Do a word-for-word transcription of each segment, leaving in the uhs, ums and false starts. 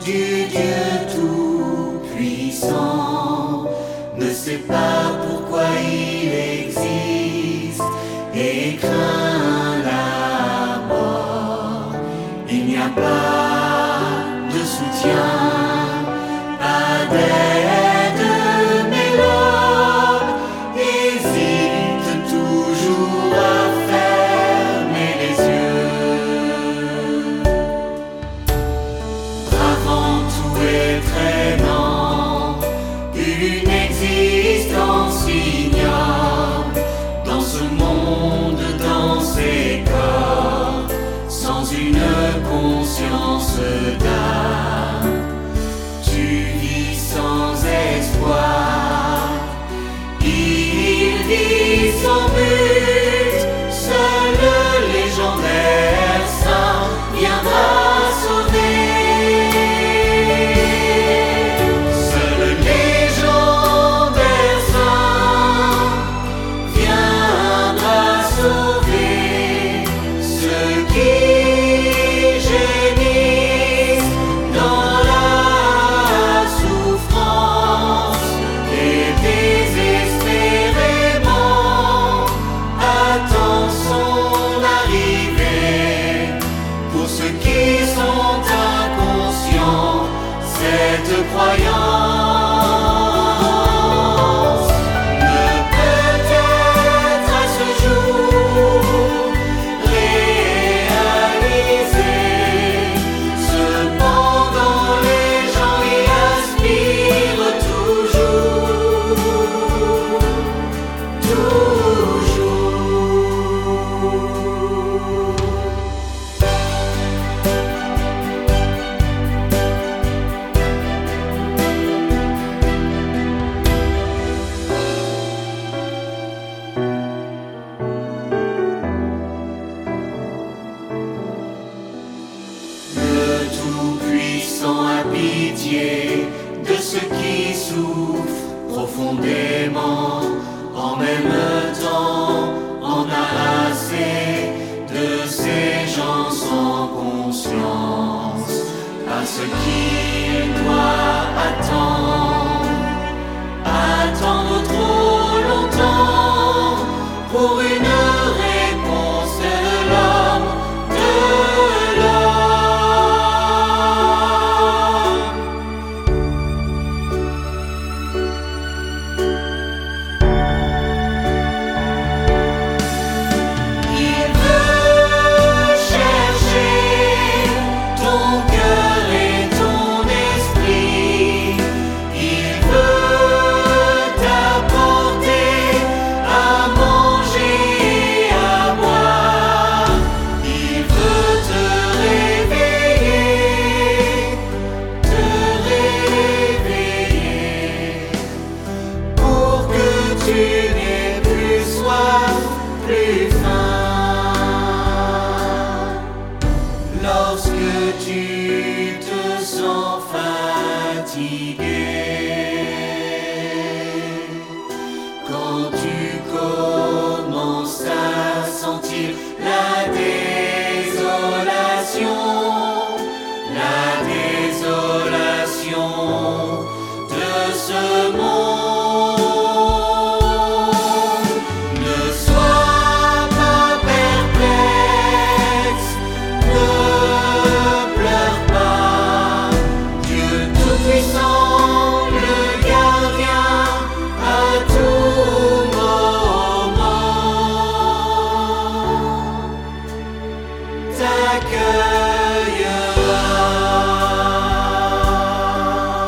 du Dieu Tout-Puissant, ne sait pas pourquoi il existe et craint la mort. Il n'y a pas de soutien, pas d'aide, mais l'homme hésite toujours à fermer les yeux. Bravant tout et traînant une existence ignoble dans ce monde, dans ces corps, sans une conscience d'âme. Tu vis sans espoir, il vit sans but, seul le légendaire saint viendra sauver. Seul le légendaire saint viendra sauver ceux qui gémissent dans la souffrance et désespérément attendent son arrivée. Pour ceux qui sont inconscients, cette croyance ne peut être à ce jour réalisée. Cependant, les gens y aspirent toujours, toujours. Le Tout-Puissant a pitié de ceux qui souffrent profondément. En même temps, en a assez de ces gens sans conscience, parce qu'il doit attendre, attendre trop longtemps pour une réponse de l'homme, de l'homme. Il veut chercher ton cœur et ton esprit. Il veut t'apporter à manger et à boire. Il veut te réveiller, te réveiller, pour que tu n'aies plus soif, plus faim. Lorsque tu te sens fatigué, quand tu commences à sentir la désolation, la désolation de ce monde, ne sois pas perplexe, ne pleure pas. Dieu Tout-Puissant, le gardien, à tout moment t'accueillera.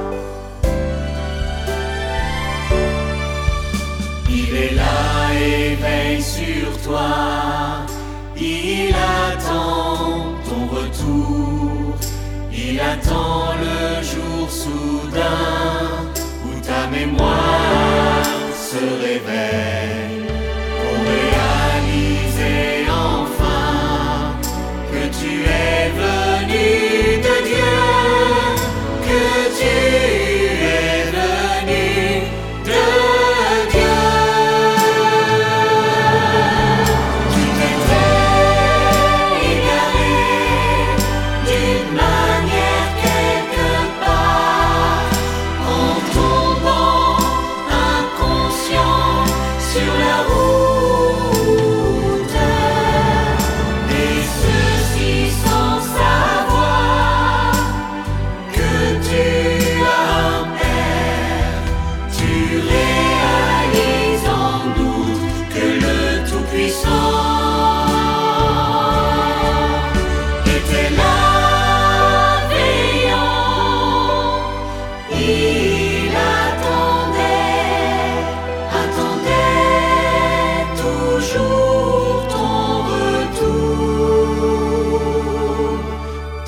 Il est là et veille sur toi. Il attend ton retour. Il attend le jour soudain où ta mémoire se réveille pour réaliser enfin que tu es venu de Dieu, que tu es venu de Dieu. Tu t'étais égaré d'une manière quelconque.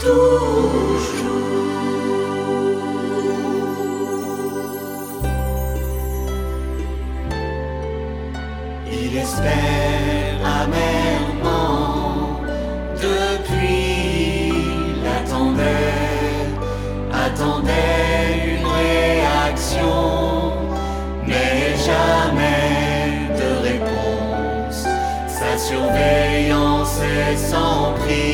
toujours. Il espère amèrement, depuis l'attendait, attendait une réaction, mais jamais de réponse. Sa surveillance est sans prix.